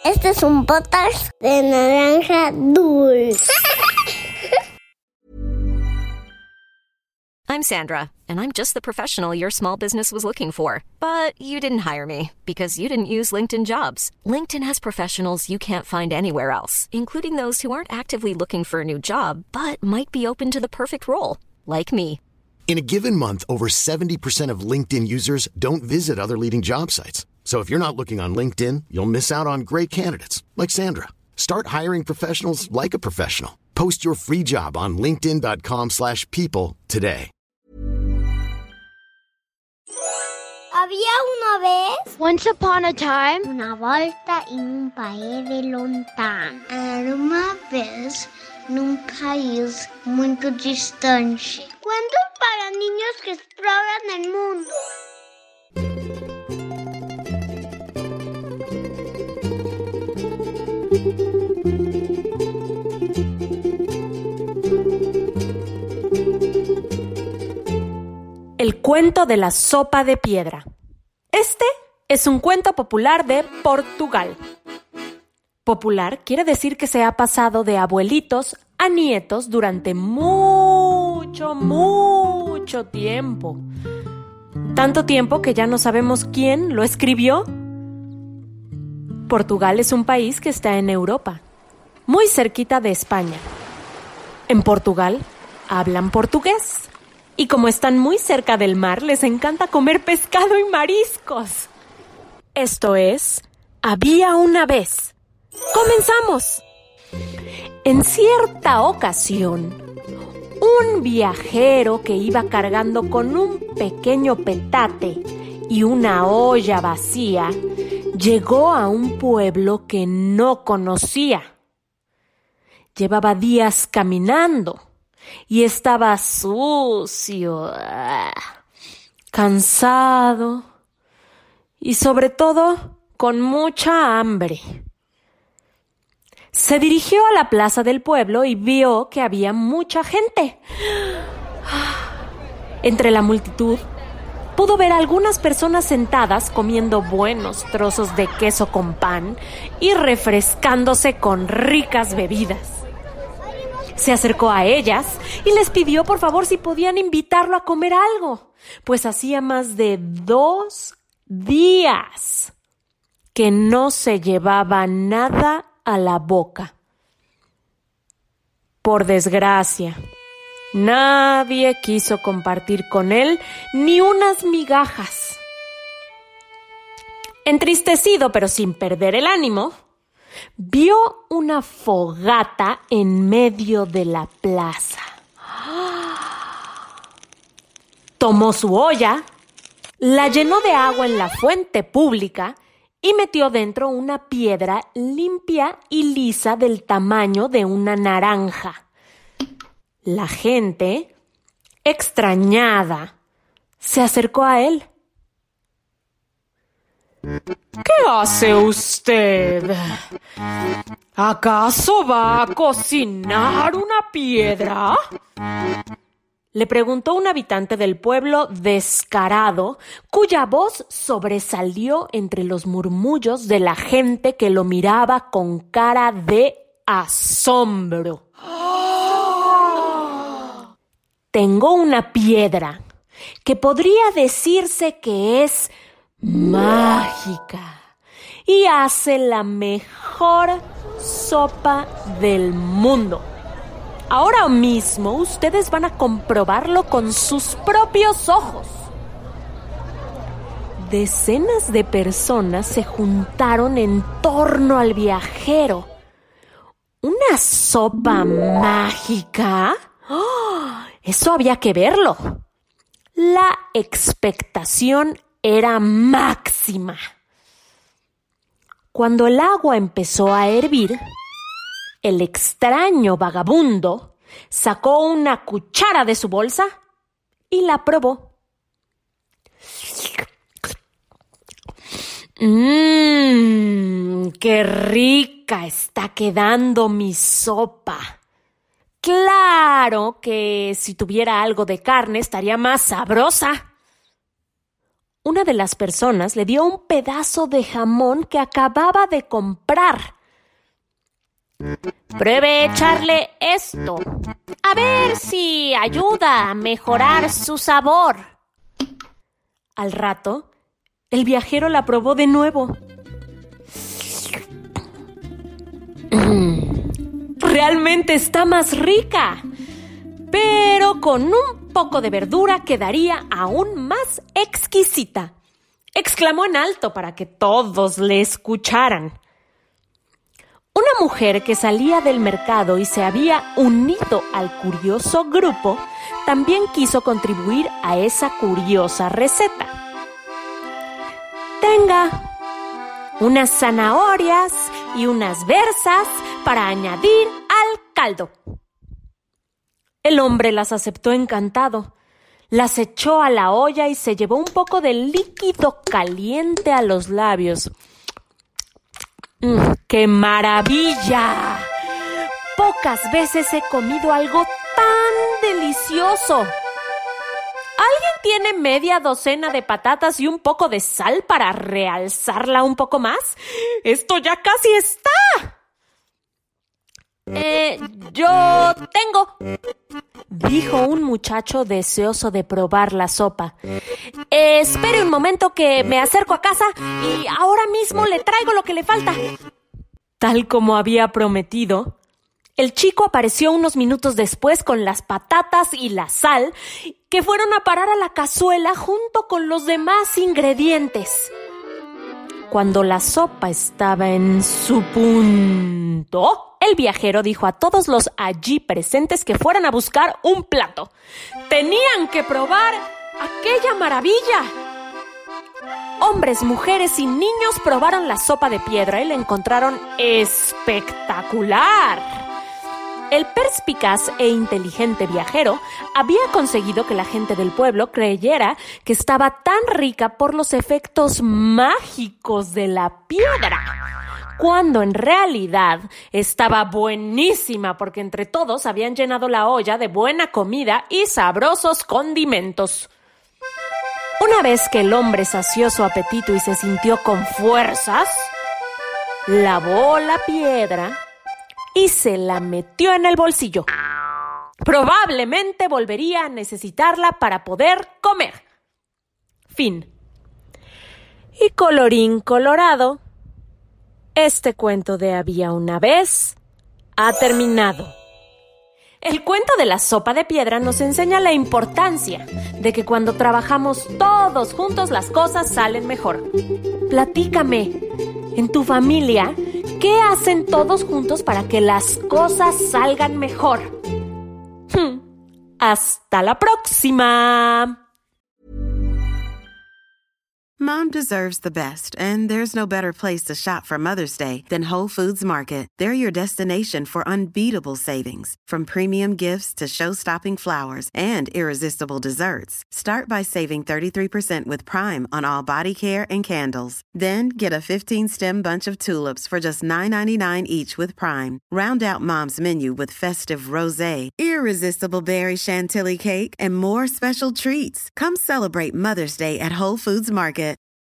Este es un podcast de Naranja Dulce. I'm Sandra, and I'm just the professional your small business was looking for. But you didn't hire me because you didn't use LinkedIn Jobs. LinkedIn has professionals you can't find anywhere else, including those who aren't actively looking for a new job, but might be open to the perfect role, like me. In a given month, over 70% of LinkedIn users don't visit other leading job sites. So if you're not looking on LinkedIn, you'll miss out on great candidates like Sandra. Start hiring professionals like a professional. Post your free job on linkedin.com/people today. Había una vez, Once upon a time, una volta en un país de lontano. Era uma vez num país muito distante. Cuentos para niños que exploran el mundo. El cuento de la sopa de piedra. Este es un cuento popular de Portugal. Popular quiere decir que se ha pasado de abuelitos a nietos durante mucho tiempo. Tanto tiempo que ya no sabemos quién lo escribió. Portugal es un país que está en Europa, muy cerquita de España. En Portugal hablan portugués. Y como están muy cerca del mar, les encanta comer pescado y mariscos. Esto es, había una vez. ¡Comenzamos! En cierta ocasión, un viajero que iba cargando con un pequeño petate y una olla vacía, llegó a un pueblo que no conocía. Llevaba días caminando. Y estaba sucio, cansado y sobre todo con mucha hambre. Se dirigió a la plaza del pueblo y vio que había mucha gente. Entre la multitud pudo ver a algunas personas sentadas comiendo buenos trozos de queso con pan y refrescándose con ricas bebidas. Se acercó a ellas y les pidió por favor si podían invitarlo a comer algo, pues hacía más de 2 días que no se llevaba nada a la boca. Por desgracia, nadie quiso compartir con él ni unas migajas. Entristecido pero sin perder el ánimo, vio una fogata en medio de la plaza. Tomó su olla, la llenó de agua en la fuente pública y metió dentro una piedra limpia y lisa del tamaño de una naranja. La gente, extrañada, se acercó a él. ¿Qué hace usted? ¿Acaso va a cocinar una piedra? Le preguntó un habitante del pueblo descarado, cuya voz sobresalió entre los murmullos de la gente que lo miraba con cara de asombro. Tengo una piedra que podría decirse que es mágica y hace la mejor sopa del mundo. Ahora mismo ustedes van a comprobarlo con sus propios ojos. Decenas de personas se juntaron en torno al viajero. ¿Una sopa mágica? ¡Oh! Eso había que verlo. La expectación era máxima. Cuando el agua empezó a hervir, el extraño vagabundo sacó una cuchara de su bolsa y la probó. ¡Qué rica está quedando mi sopa! Claro que si tuviera algo de carne estaría más sabrosa. una de las personas le dio un pedazo de jamón que acababa de comprar. Pruebe echarle esto. A ver si ayuda a mejorar su sabor. Al rato, el viajero la probó de nuevo. Realmente está más rica, pero con un poco de verdura quedaría aún más exquisita, exclamó en alto para que todos le escucharan. Una mujer que salía del mercado y se había unido al curioso grupo también quiso contribuir a esa curiosa receta. Tenga unas zanahorias y unas berzas para añadir al caldo. El hombre las aceptó encantado. Las echó a la olla y se llevó un poco de líquido caliente a los labios. ¡Qué maravilla! Pocas veces he comido algo tan delicioso. ¿Alguien tiene media docena de patatas y un poco de sal para realzarla un poco más? ¡Esto ya casi está! Yo tengo, dijo un muchacho deseoso de probar la sopa. Espere un momento que me acerco a casa y ahora mismo le traigo lo que le falta. Tal como había prometido, el chico apareció unos minutos después con las patatas y la sal que fueron a parar a la cazuela junto con los demás ingredientes. Cuando la sopa estaba en su punto, el viajero dijo a todos los allí presentes que fueran a buscar un plato. Tenían que probar aquella maravilla. Hombres, mujeres y niños probaron la sopa de piedra y la encontraron espectacular. El perspicaz e inteligente viajero había conseguido que la gente del pueblo creyera que estaba tan rica por los efectos mágicos de la piedra, cuando en realidad estaba buenísima porque entre todos habían llenado la olla de buena comida y sabrosos condimentos. Una vez que el hombre sació su apetito y se sintió con fuerzas, lavó la piedra y se la metió en el bolsillo. Probablemente volvería a necesitarla para poder comer. Fin. Y colorín colorado, este cuento de Había una vez ha terminado. El cuento de la sopa de piedra nos enseña la importancia de que cuando trabajamos todos juntos las cosas salen mejor. Platícame, en tu familia, ¿qué hacen todos juntos para que las cosas salgan mejor? ¡Hasta la próxima! Mom deserves the best, and there's no better place to shop for Mother's Day than Whole Foods Market. They're your destination for unbeatable savings, from premium gifts to show-stopping flowers and irresistible desserts. Start by saving 33% with Prime on all body care and candles. Then get a 15-stem bunch of tulips for just $9.99 each with Prime. Round out Mom's menu with festive rosé, irresistible berry chantilly cake, and more special treats. Come celebrate Mother's Day at Whole Foods Market.